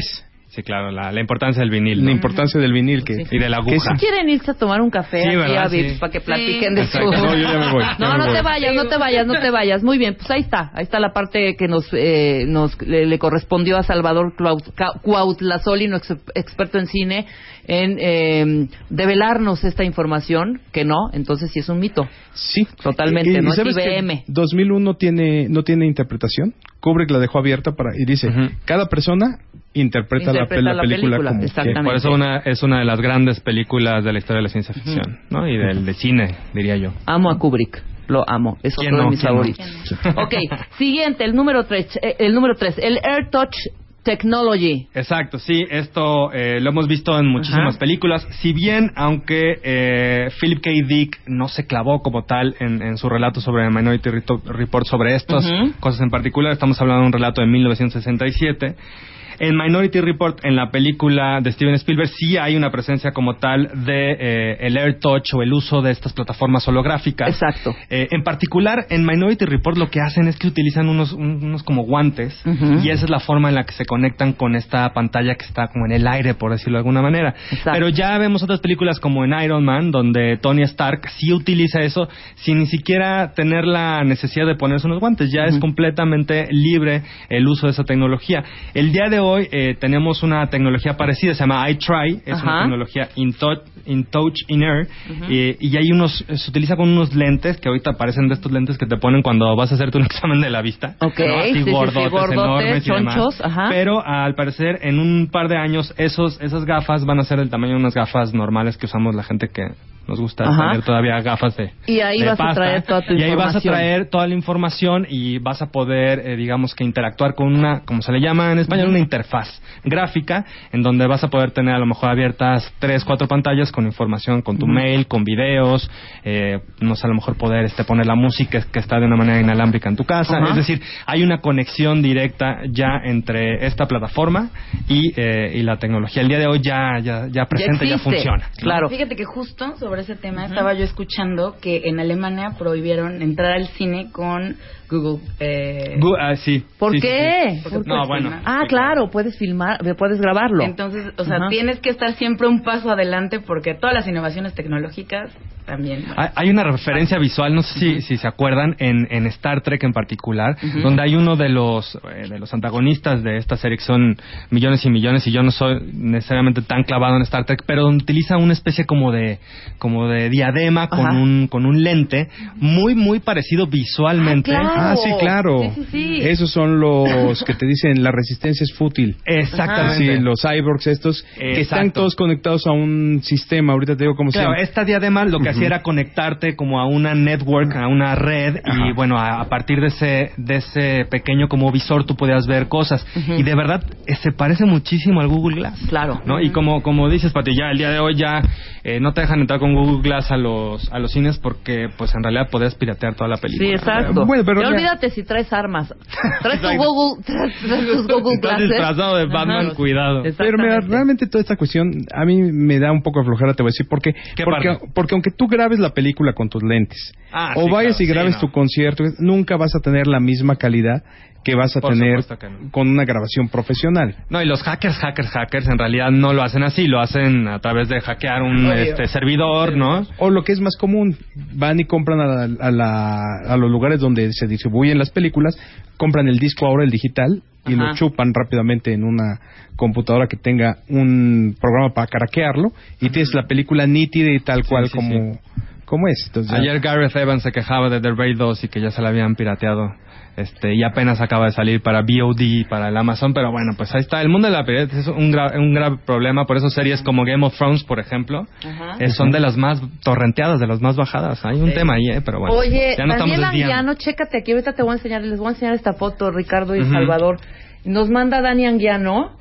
Sí, claro, la, la importancia del vinil. ¿no? La importancia del vinil que, sí. y de la aguja. Si quieren irse a tomar un café sí, aquí a Vips sí. para que platiquen sí. de su... No, yo ya me voy. No, me no voy. te vayas, no te vayas, no te vayas. Muy bien, pues ahí está. Ahí está la parte que nos eh, nos le, le correspondió a Salvador Cuauhtlazoli, nuestro experto en cine, en eh, develarnos esta información, que no, entonces sí es un mito. Sí. Totalmente, y, y no es ¿sabes I B M. que dos mil uno tiene, no tiene interpretación? Kubrick la dejó abierta para y dice, uh-huh. cada persona interpreta, interpreta la, la, la película, película como exactamente. Sí, por eso una, es una de las grandes películas de la historia de la ciencia ficción, uh-huh. ¿no? Y del de cine, diría yo. Amo a Kubrick. Lo amo, es otro no? de mis favoritos. No? Ok, siguiente, el número tres, el número tres, el AirTouch Technology. Exacto, sí, esto eh, lo hemos visto en muchísimas Ajá. películas. Si bien, aunque eh, Philip K. Dick no se clavó como tal en, en su relato sobre Minority Report sobre estas uh-huh. cosas en particular, estamos hablando de un relato de mil novecientos sesenta y siete. En Minority Report, en la película de Steven Spielberg, sí hay una presencia como tal de eh, el AirTouch o el uso de estas plataformas holográficas. Exacto. Eh, en particular, en Minority Report lo que hacen es que utilizan unos, unos como guantes uh-huh. y esa es la forma en la que se conectan con esta pantalla que está como en el aire, por decirlo de alguna manera. Exacto. Pero ya vemos otras películas como en Iron Man, donde Tony Stark sí utiliza eso sin ni siquiera tener la necesidad de ponerse unos guantes. Ya uh-huh. es completamente libre el uso de esa tecnología. El día de hoy eh, tenemos una tecnología parecida, se llama iTry, es Ajá. una tecnología in touch, in touch in air uh-huh. eh, y hay unos, se utiliza con unos lentes que ahorita parecen de estos lentes que te ponen cuando vas a hacerte un examen de la vista, okay. ¿no? Así sí, gordotes, sí, sí, gordotes, enormes chonchos, y demás. Ajá. Pero al parecer en un par de años esos esas gafas van a ser del tamaño de unas gafas normales que usamos la gente que nos gusta Ajá. tener todavía gafas de y ahí de vas pasta, a traer toda tu y información. ahí vas a traer toda la información y vas a poder eh, digamos que interactuar con una, como se le llama en español, uh-huh. una interfaz gráfica en donde vas a poder tener a lo mejor abiertas tres, cuatro pantallas con información, con tu uh-huh. mail, con videos, eh, no sé, a lo mejor poder este poner la música que está de una manera inalámbrica en tu casa, uh-huh. es decir, hay una conexión directa ya entre esta plataforma y, eh, y la tecnología. El día de hoy ya ya ya presente, ya, ya funciona, ¿no? Claro. Fíjate que justo sobre ese tema uh-huh. estaba yo escuchando que en Alemania prohibieron entrar al cine con Google. Eh... Google uh, sí. ¿Por sí, qué? Sí, sí. No, bueno. Filmar. Ah, claro, puedes filmar, puedes grabarlo. Entonces, o sea, uh-huh. tienes que estar siempre un paso adelante porque todas las innovaciones tecnológicas también. Hay, hay una referencia visual, no sé si, uh-huh. si se acuerdan, en, en Star Trek en particular, uh-huh. donde hay uno de los eh, de los antagonistas de esta serie que son millones y millones, y yo no soy necesariamente tan clavado en Star Trek, pero utiliza una especie como de como de diadema con uh-huh. un con un lente muy muy parecido visualmente. Ah, claro. Ah, sí, claro. Sí, sí, sí. Esos son los que te dicen la resistencia es fútil. Exactamente. Sí, los cyborgs estos que Exacto. están todos conectados a un sistema. Ahorita te digo cómo se llama. Claro, esta diadema lo que uh-huh. hacía era conectarte como a una network, a una red, Ajá. y bueno, a, a partir de ese de ese pequeño como visor tú podías ver cosas. Uh-huh. Y de verdad eh, se parece muchísimo al Google Glass. Claro. ¿No? Uh-huh. Y como como dices, Pati, ya el día de hoy ya eh, no te dejan entrar con Google Glass a los a los cines porque pues en realidad podías piratear toda la película. Sí, exacto. Bueno, pero ya ya... olvídate si traes armas. Traes tu Google, traes, traes tus Google Estás Glasses. disfrazado de Batman, Ajá. cuidado. Pero mira, realmente toda esta cuestión a mí me da un poco de flojera, te voy a decir, porque porque, parte? porque aunque tú grabes la película con tus lentes ah, o sí, vayas claro, y grabes sí, tu no. concierto, nunca vas a tener la misma calidad que vas a Por tener que no. con una grabación profesional. No, y los hackers, hackers, hackers en realidad no lo hacen así, lo hacen a través de hackear un Oye, este servidor, ¿no? O lo que es más común, van y compran a, la, a, la, a los lugares donde se distribuyen las películas, compran el disco ahora, el digital, y Ajá. lo chupan rápidamente en una computadora que tenga un programa para craquearlo, y tienes la película nítida y tal cual sí, sí, como, sí. como es. Entonces, Ayer Gareth Evans se quejaba de The Raid dos y que ya se la habían pirateado. Este, y apenas acaba de salir para V O D, para el Amazon, pero bueno, pues ahí está. El mundo de la piratería es un, gra- un grave problema, por eso series como Game of Thrones, por ejemplo, eh, son de las más torrenteadas, de las más bajadas. Hay un sí. tema ahí, eh, pero bueno. Oye, ya no Daniel Anguiano, chécate aquí, ahorita te voy a enseñar, les voy a enseñar esta foto, Ricardo y uh-huh. Salvador. Nos manda Dani Anguiano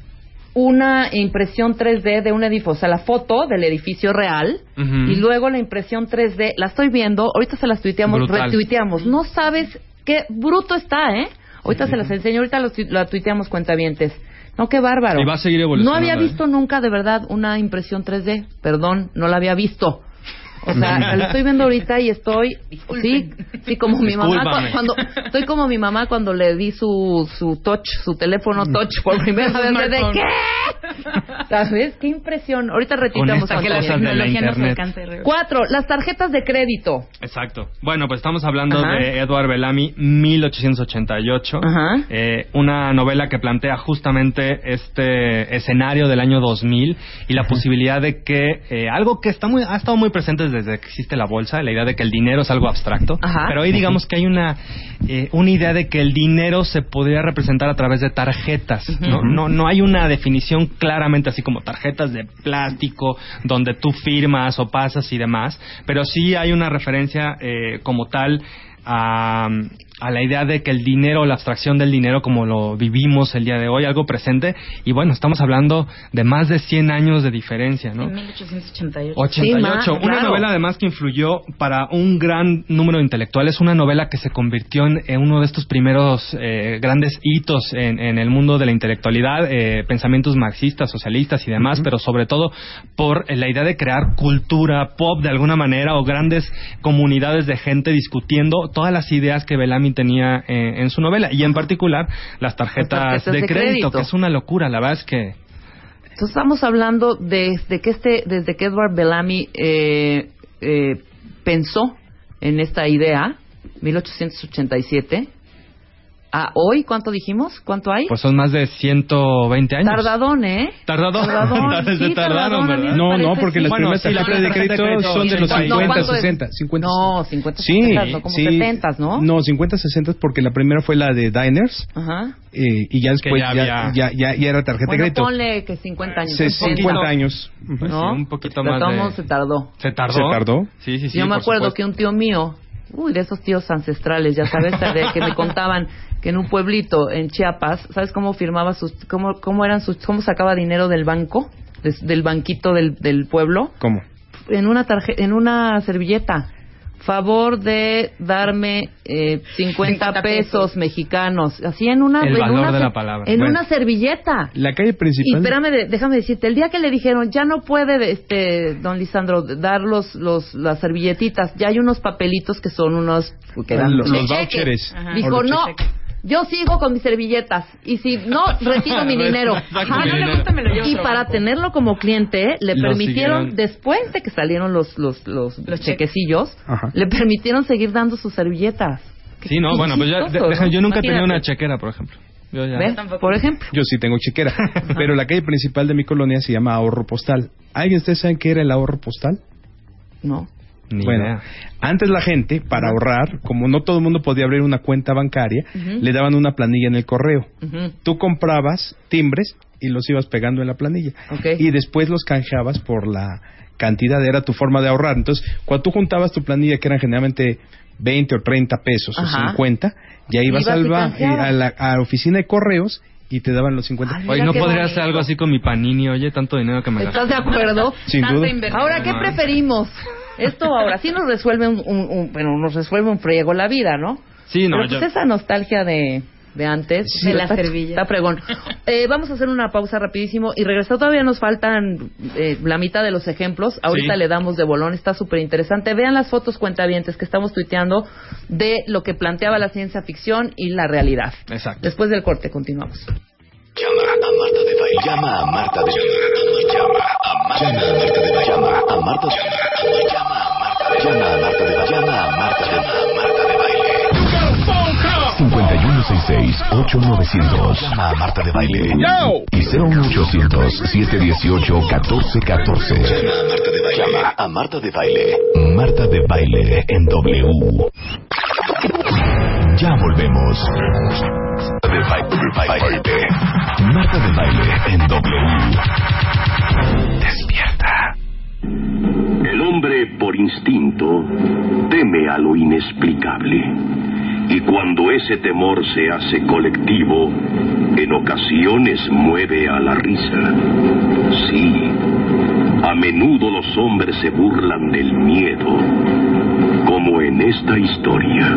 una impresión tres D de un edificio, o sea, la foto del edificio real, uh-huh. y luego la impresión tres D, la estoy viendo, ahorita se las tuiteamos, Brutal. retuiteamos, no sabes qué bruto está, ¿eh? Ahorita sí, se las enseño, ahorita lo, lo tuiteamos, cuentavientes. No, qué bárbaro. Y va a seguir evolucionando. No había visto ¿eh? nunca, de verdad, una impresión tres D, perdón, no la había visto. O sea, lo estoy viendo ahorita y estoy, sí, sí, como mi mamá cu- cuando estoy como mi mamá cuando le di su su touch, su teléfono touch por primera vez, ¿de qué? ¿Sabes? Qué impresión. Ahorita retuiteamos con estas cosas de la internet. Cuatro, las tarjetas de crédito. Exacto. Bueno, pues estamos hablando Ajá. de Edward Bellamy, mil ochocientos ochenta y ocho, Ajá. Eh, una novela que plantea justamente este escenario del año dos mil y la Ajá. posibilidad de que eh, algo que está muy ha estado muy presente desde que existe la bolsa, la idea de que el dinero es algo abstracto, Ajá. pero hoy digamos que hay una eh, una idea de que el dinero se podría representar a través de tarjetas, uh-huh. ¿no? No no hay una definición claramente así como tarjetas de plástico donde tú firmas o pasas y demás, pero sí hay una referencia eh, como tal a, a la idea de que el dinero, la abstracción del dinero como lo vivimos el día de hoy, algo presente, y bueno, estamos hablando de más de cien años de diferencia, ¿no? En mil ochocientos ochenta y ocho. ochenta y ocho, Sí, ma, una claro. novela además que influyó para un gran número de intelectuales, una novela que se convirtió en, en uno de estos primeros eh, grandes hitos en, en el mundo de la intelectualidad, eh, pensamientos marxistas, socialistas y demás, uh-huh. pero sobre todo por eh, la idea de crear cultura pop de alguna manera o grandes comunidades de gente discutiendo todas las ideas que Bellamy tenía eh, en su novela y en particular las tarjetas, las tarjetas de, de crédito, crédito, que es una locura, la verdad es que Entonces estamos hablando desde que este, desde que Edward Bellamy eh, eh, pensó en esta idea, mil ochocientos ochenta y siete, a hoy, ¿cuánto dijimos? ¿Cuánto hay? Pues son más de ciento veinte años. Tardadón, ¿eh? Tardadón. Tardadón. Se Sí, tardaron, tardadón, a mí ¿verdad? me No, parece, no, porque sí. las Bueno, primeras sí, la tarjetas de tarjeta de crédito crédito son de los No, cincuenta, ¿cuánto es? sesenta. cincuenta, No, cincuenta, sí, sesenta, no, como sí. setenta, ¿no? No, cincuenta, sesenta porque la primera fue la de Diners Ajá. eh, y ya después ya ya, había- ya, ya, ya era tarjeta Bueno, de crédito. ponle que cincuenta años. Se- sesenta, cincuenta años. Ujú. Pues sí, ¿no? un poquito De más todos de- modos se tardó. ¿Se tardó? ¿Se tardó? Sí, sí, sí. Yo me por acuerdo supuesto. que un tío mío, uy, de esos tíos ancestrales, ya sabes, de que me contaban que en un pueblito en Chiapas, ¿sabes cómo firmaba sus, cómo, cómo eran sus, cómo sacaba dinero del banco, des- del banquito del, del pueblo? ¿Cómo? En una tarjeta, en una servilleta. Favor de darme eh, cincuenta pesos mexicanos, así en una, El en valor una, de la ser- palabra. en Bueno. una servilleta. La calle Y principal. espérame, de- déjame decirte, el día que le dijeron, ya no puede, este, don Lisandro, dar los, los, las servilletitas, ya hay unos papelitos que son unos, que dan los, de los cheques. vouchers. Ajá. O Dijo, los no, cheques. yo sigo con mis servilletas, y si no, retiro mi dinero. Exacto, Ajá, mi no le dinero. gusta, me lo llevo. Y para tenerlo como cliente, le Lo permitieron, siguieron. después de que salieron los, los, los, Los chequecillos, Ajá. le permitieron seguir dando sus servilletas. Qué Sí, no, bueno, pues yo, chistoso, deja- yo nunca tenía Imagínate. una chequera, por ejemplo. Yo ya... ¿Ves? Por ejemplo. Yo sí tengo chequera. Pero la calle principal de mi colonia se llama Ahorro Postal. ¿Alguien de ustedes saben qué era el ahorro postal? No. Ni Bueno, idea. antes la gente, para ahorrar, como no todo el mundo podía abrir una cuenta bancaria, Ujú. le daban una planilla en el correo. Ujú. Tú comprabas timbres y los ibas pegando en la planilla. Ok. Y después los canjeabas por la cantidad, era tu forma de ahorrar. Entonces, cuando tú juntabas tu planilla, que eran generalmente veinte o treinta pesos Ajá. o cincuenta, ya ibas, Ibas y al ba- canjeabas. a la a la oficina de correos y te daban los cincuenta. Ay, Oye, mira ¿no qué podría bonito. hacer algo así con mi panini? Oye, tanto dinero que me ¿Estás gasté. de acuerdo? Sin Tanta duda. inversión. Ahora, ¿qué No. preferimos? Esto ahora sí nos resuelve un, un, un- bueno, nos resuelve un friego la vida, ¿no? Sí, no, Pero yo... pues esa nostalgia de, de antes, Sí, de la está- servilla. está pregón. Eh, vamos a hacer una pausa rapidísimo y regresar. Todavía nos faltan eh, la mitad de los ejemplos. Ahorita Sí. le damos de bolón, está súper interesante. Vean las fotos cuentavientes que estamos tuiteando de lo que planteaba la ciencia ficción y la realidad. Exacto. Después del corte, continuamos. Llama a Marta de Baile. Llama a Marta de Baile. Llama a Marta de Baile. Llama a Marta de Baile. Llama a Marta de Baile. Llama a Marta de Baile. Llama a Marta de Baile. cincuenta y uno sesenta y seis, ocho mil novecientos. Llama a Marta de Baile. Y cero uno ochocientos, siete dieciocho, catorce catorce. Llama a Marta de Baile. Llama a Marta de Baile. Marta de Baile en W. Ya volvemos. De baile. Marta de Baile en W. Despierta. El hombre, por instinto, teme a lo inexplicable. Y cuando ese temor se hace colectivo, en ocasiones mueve a la risa. Sí, a menudo los hombres se burlan del miedo, como en esta historia.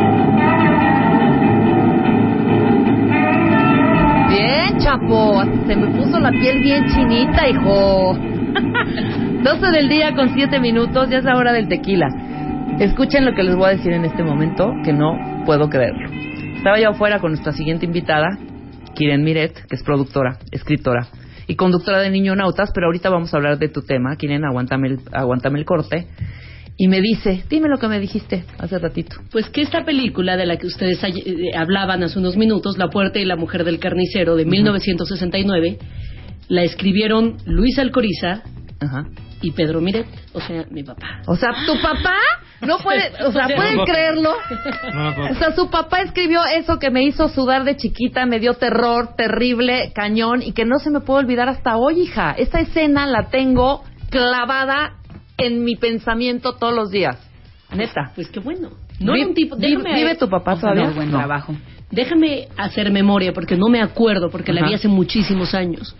Bien, Chapo, se me puso la piel bien chinita, hijo. doce del día con siete minutos, ya es la hora del tequila. Escuchen lo que les voy a decir en este momento, que no puedo creerlo. Estaba yo afuera con nuestra siguiente invitada, Kiren Miret, que es productora, escritora y conductora de Niñonautas, pero ahorita vamos a hablar de tu tema. Kiren, aguántame el, aguántame el corte. Y me dice, dime lo que me dijiste hace ratito. Pues que esta película de la que ustedes eh, hablaban hace unos minutos, La puerta y la mujer del carnicero, de uh-huh. mil novecientos sesenta y nueve, la escribieron Luis Alcoriza uh-huh. y Pedro Miret, o sea, mi papá. O sea, ¿tu papá? No puede, o sea, ¿pueden no creerlo? No, no, o sea, su papá escribió eso que me hizo sudar de chiquita, me dio terror, terrible, cañón, y que no se me puede olvidar hasta hoy, hija. Esta escena la tengo clavada en mi pensamiento todos los días. Neta. Pues qué bueno. No Vi, era un tipo, déjame, ¿Vive tu papá todavía? No, buen no. trabajo. Déjame hacer memoria porque no me acuerdo, porque Ajá. la vi hace muchísimos años.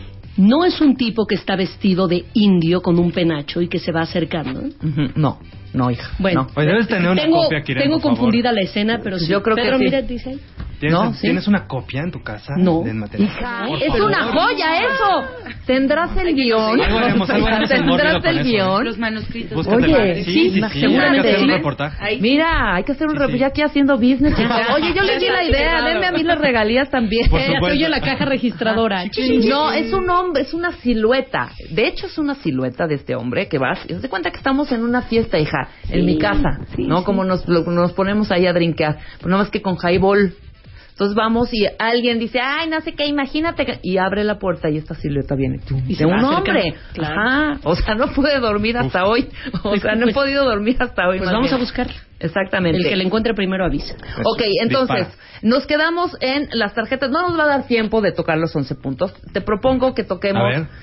No es un tipo que está vestido de indio con un penacho y que se va acercando. Uh-huh. No, no, hija. Bueno, no. Pues debes tener una tengo, copia, Kiren, tengo por confundida favor. la escena, pero sí. Yo creo Pedro que sí. Miret dice ahí. ¿Tienes, ¿No? ¿Sí? ¿Tienes una copia en tu casa? No. Del material? Hija, Por es favor. una joya eso. Tendrás el guión. Algo haremos, algo haremos en Mórbido Tendrás con el eso, guión. ¿eh? Los manuscritos. Búscate Oye, la- sí, sí, sí, sí, seguramente. hay que hacer un Sí. reportaje. Ahí. Mira, hay que hacer un Sí, reportaje. sí. Ya aquí haciendo business. Oye, yo le di la idea. Denme a mí las regalías también. Por Ya supuesto. soy yo la caja registradora. No, es un hombre, es una silueta. De hecho, es una silueta de este hombre que vas. Y te das cuenta que estamos en una fiesta, hija, en Sí, mi casa, sí, ¿no? sí. Como nos, lo- nos ponemos ahí a drinkear. Pues nada más que con highball. Entonces vamos y alguien dice, ay, no sé qué, imagínate que... Y abre la puerta y esta silueta viene. Y de se un va acercando. hombre. Claro. Ajá. O sea, no pude dormir hasta hoy. O sea, no he Pues- podido dormir hasta hoy. Pues más vamos bien. a buscar. Exactamente. El que le encuentre primero avisa. Ok, entonces, Dispara. nos quedamos en las tarjetas. No nos va a dar tiempo de tocar los once puntos. Te propongo que toquemos A ver.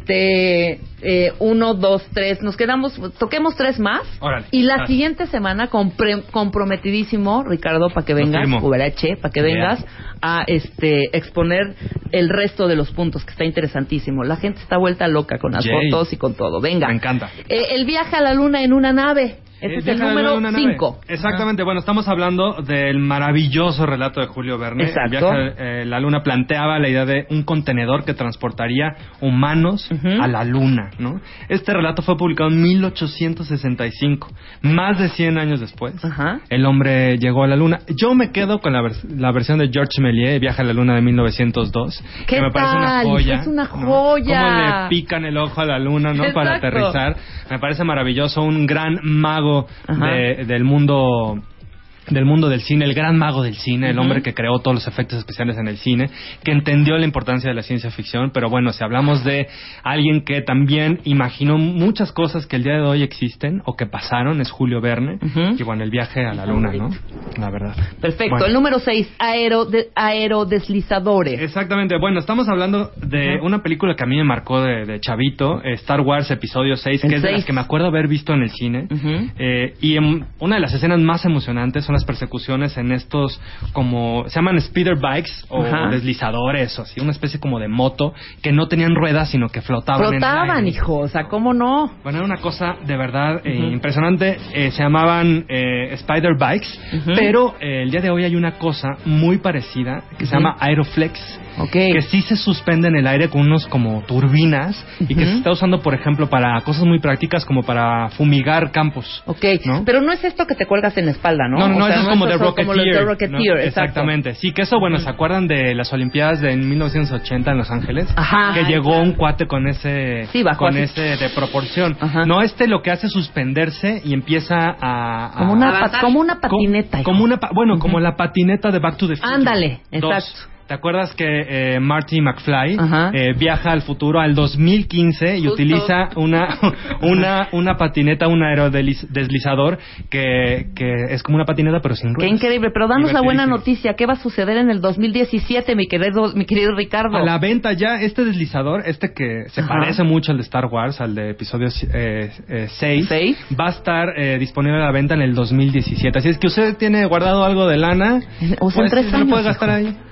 este eh, uno, dos, tres. Nos quedamos, toquemos tres más. Órale. Y la Ah. siguiente semana, compre- comprometidísimo, Ricardo, para que Lo vengas, firmo. Uberache, para que Yeah. vengas a este exponer el resto de los puntos, que está interesantísimo. La gente está vuelta loca con las Yay. fotos y con todo. Venga. Me encanta. Eh, el viaje a la luna en una nave. Ese Eh, es el Viaje a la número Luna en una nave. cinco. Exactamente. Bueno, estamos hablando del maravilloso relato de Julio Verne. Exacto. El viaje a eh, la Luna planteaba la idea de un contenedor que transportaría humanos Ujú. a la Luna, ¿no? Este relato fue publicado en mil ochocientos sesenta y cinco. Más de cien años después, Ajá. el hombre llegó a la Luna. Yo me quedo con la, vers- la versión de Georges Méliès, Viaje a la Luna de mil novecientos dos. ¿Qué que me parece una tal? joya. Es una ¿no? joya. Cómo le pican el ojo a la Luna, ¿no? Para Exacto. aterrizar. Me parece maravilloso. Un gran mago Ajá. de del mundo del mundo del cine, el gran mago del cine, el Ujú. hombre que creó todos los efectos especiales en el cine, que entendió la importancia de la ciencia ficción, pero bueno, si hablamos de alguien que también imaginó muchas cosas que el día de hoy existen o que pasaron, es Julio Verne, Ujú. y bueno, el viaje a la luna, ¿no? La verdad. Perfecto. Bueno. El número seis, aero de- aerodeslizadores. Exactamente. Bueno, estamos hablando de Ajá. una película que a mí me marcó de, de chavito, eh, Star Wars Episodio seis, El que es de seis. las que me acuerdo haber visto en el cine. Ujú. Eh, y en una de las escenas más emocionantes son las persecuciones en estos, como, se llaman speeder bikes o Ajá. deslizadores o así, una especie como de moto que no tenían ruedas sino que flotaban. en el Flotaban, aire. hijo. O sea, ¿cómo no? Bueno, era una cosa de verdad eh, Ujú. impresionante. Eh, se llamaban eh, Spider Bikes, Ujú. pero eh, el día de hoy hay una cosa muy parecida que se Ujú. llama Aeroflex. Ok. Que sí se suspende en el aire con unos como turbinas y que Ujú. se está usando, por ejemplo, para cosas muy prácticas como para fumigar campos. Ok. ¿No? Pero no es esto que te cuelgas en la espalda, ¿no? No, no, no, O sea, eso es como de eso Rocketeer. como los de Rocketeer, ¿no? exacto. Exactamente. Sí, que eso, bueno, ¿se acuerdan de las Olimpiadas de mil novecientos ochenta en Los Ángeles? Ajá. Que llegó un cuate con ese Sí, bajó con así. ese de proporción. Ajá. No, este lo que hace es suspenderse y empieza a... a- Como una, avanzar. pat- como una patineta. Co- hijo. Como una, pa- bueno, como la patineta de Back to the Future. Ándale, Dos. exacto. ¿Te acuerdas que eh, Marty McFly Ajá. eh, viaja al futuro al dos mil quince y Justo. utiliza una una una patineta, un aerodeslizador que, que es como una patineta pero sin Qué ruedas? increíble. Pero danos la buena Divertidísimo. noticia. ¿Qué va a suceder en el dos mil diecisiete, mi querido, mi querido Ricardo? A la venta ya este deslizador, este que se Ajá. parece mucho al de Star Wars, al de episodio eh, eh, seis, ¿Seis? va a estar eh, disponible a la venta en el dos mil diecisiete. Así es que usted tiene guardado algo de lana, O sea, en pues, tres se lo años, puede gastar hijo. ahí.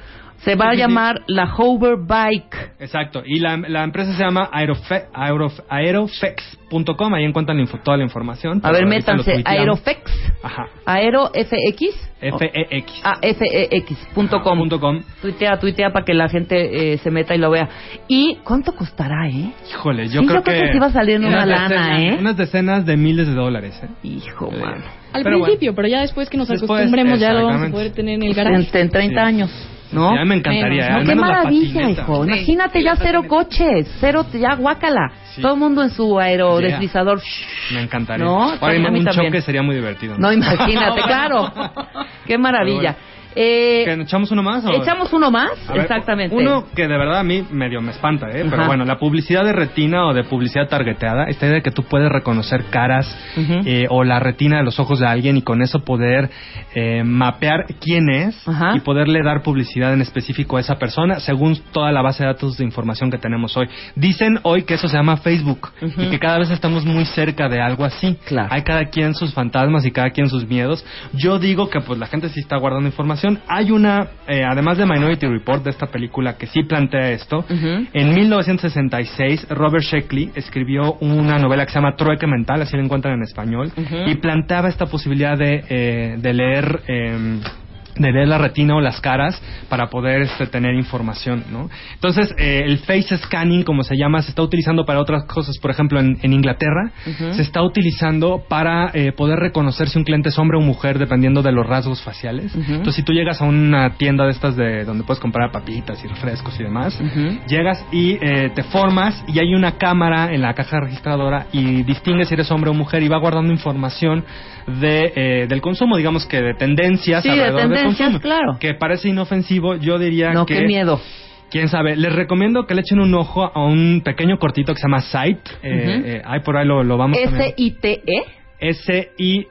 Se va a llamar la Hover Bike. Exacto. Y la, la empresa se llama Aerofe, Aerof, aerofex punto com. Ahí encuentran la info, toda la información. A ver, métanse. Aerofex. Ajá. Aero F X. F E X. Ah, F E X punto com. Punto com. Tuitea, tuitea para que la gente eh, se meta y lo vea. ¿Y cuánto costará, eh? Híjole, yo sí, creo yo que... creo que sí va a salir en una lana, decenas, ¿eh? Unas decenas de miles de dólares, ¿eh? Hijo, eh, mano. Al pero principio, bueno. pero ya después que nos Después, acostumbremos ya lo vamos a poder tener en el garaje. En, en treinta Sí. años. ¿No? Ya me encantaría. No, al qué menos la maravilla, patineta. hijo. Sí, Imagínate sí, ya la cero patineta. coches, cero, ya guácala. Sí. Todo el mundo en su aerodeslizador. Me encantaría. No, Ahora, a mí un también. choque sería muy divertido. No, imagínate, claro. Qué maravilla. Eh, ¿Que ¿Echamos uno más? O? ¿Echamos uno más? A ver, Exactamente. Uno que de verdad a mí medio me espanta, ¿eh? Pero Ajá. bueno, la publicidad de retina o de publicidad targeteada, esta idea de que tú puedes reconocer caras Ujú. eh, o la retina de los ojos de alguien y con eso poder eh, mapear quién es Ajá. y poderle dar publicidad en específico a esa persona según toda la base de datos de información que tenemos hoy. Dicen hoy que eso se llama Facebook Ujú. y que cada vez estamos muy cerca de algo así. Claro. Hay cada quien sus fantasmas y cada quien sus miedos. Yo digo que pues la gente sí está guardando información. Hay una Eh, además de Minority Report, de esta película que sí plantea esto, Ujú. en mil novecientos sesenta y seis Robert Sheckley escribió una novela que se llama Trueque Mental, así la encuentran en español, Ujú. y planteaba esta posibilidad de, eh, de leer... Eh, de leer la retina o las caras para poder este, tener información, ¿no? Entonces, eh, el face scanning, como se llama, se está utilizando para otras cosas. Por ejemplo, en, en Inglaterra, Ujú. se está utilizando para eh, poder reconocer si un cliente es hombre o mujer dependiendo de los rasgos faciales. Ujú. Entonces, si tú llegas a una tienda de estas de donde puedes comprar papitas y refrescos y demás, Ujú. llegas y eh, te formas y hay una cámara en la caja registradora y distingue si eres hombre o mujer y va guardando información de eh, del consumo, digamos que de tendencias Sí, de alrededor del tendencias, consumo, claro. que parece inofensivo. Yo diría No, que qué miedo. quién sabe. Les recomiendo que le echen un ojo a un pequeño cortito que se llama Sight. Eh, Ujú. eh, ahí por ahí lo, lo vamos S también. I T E. S I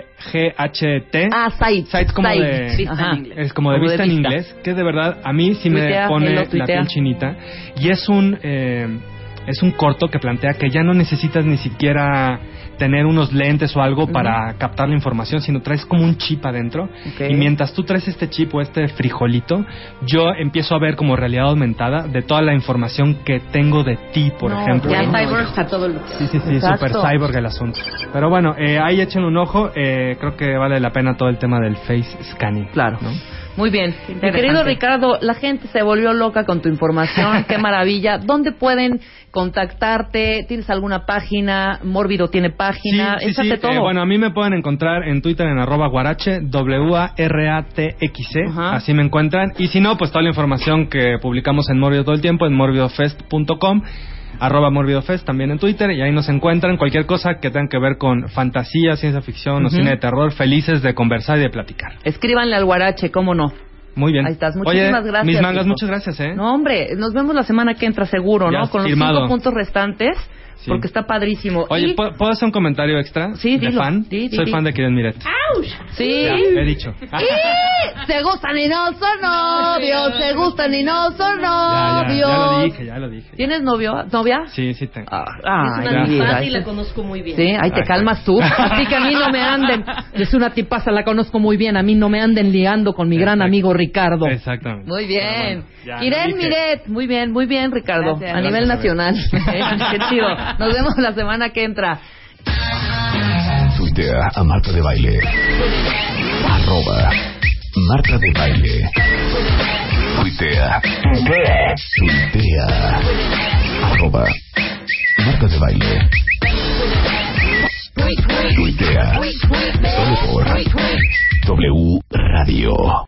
G H T. Ah, Sight. Sight como Sight. de Vista Ajá. en inglés. es como de Como de vista en vista. inglés, que de verdad a mí sí Tuitea, me pone hello, la tuitea. piel chinita. Y es un eh, es un corto que plantea que ya no necesitas ni siquiera tener unos lentes o algo Ujú. para captar la información, sino traes como un chip adentro. Ok. Y mientras tú traes este chip o este frijolito, yo empiezo a ver como realidad aumentada de toda la información que tengo de ti, por No, ejemplo. Ya bueno. cyborgs a todo lo que... Sí, sí, sí, Exacto. super cyborg el asunto. Pero bueno, eh, ahí echen un ojo. Eh, creo que vale la pena todo el tema del face scanning. Claro. ¿no? Muy bien. Mi interesante. querido Ricardo, la gente se volvió loca con tu información. Qué maravilla. ¿Dónde pueden contactarte? ¿Tienes alguna página? Mórbido tiene página. Sí, sí, Échate sí. todo. Eh, bueno, a mí me pueden encontrar en Twitter en arroba guarache, W A R A T X E, Ajá. así me encuentran. Y si no, pues toda la información que publicamos en Mórbido todo el tiempo, en morbidofest punto com, arroba morbidofest también en Twitter, y ahí nos encuentran. Cualquier cosa que tenga que ver con fantasía, ciencia ficción o Ujú. cine de terror, felices de conversar y de platicar. Escríbanle al Guarache, ¿cómo no? Muy bien. Ahí estás. Muchísimas Oye, gracias. mis mangas, hijo. muchas gracias, ¿eh? No, hombre, nos vemos la semana que entra seguro, Ya, ¿no? Con los firmado. cinco puntos restantes, Sí. porque está padrísimo. Oye, Y- ¿puedo, ¿puedo hacer un comentario extra? Sí, de dilo. fan. Di, di, Soy di. fan de Kieran Miret. Sí. Ya, he dicho. Y se gustan y no son novios, se gustan y no son Ya, ya, novios. ya lo dije, ya lo dije. ¿Tienes novio, novia? Sí, sí tengo. Ah, Es ay, una vida. tipaza y la conozco muy bien. Sí, ahí te Ay, calmas tú. Así que a mí no me anden. Es una tipaza, la conozco muy bien. A mí no me anden ligando con mi gran Exacto. amigo Ricardo. Exactamente. Muy bien. Pero bueno, ya, Irene lo dije. Miret, muy bien, muy bien, Ricardo. Gracias. A nivel Gracias, nacional. Qué chido. Nos vemos la semana que entra. Tuitea a Marta de Baile. Arroba Marta de Baile. Tuitea. Tuitea. Tuitea. Arroba Marta de Baile. Tuitea. Solo por W Radio.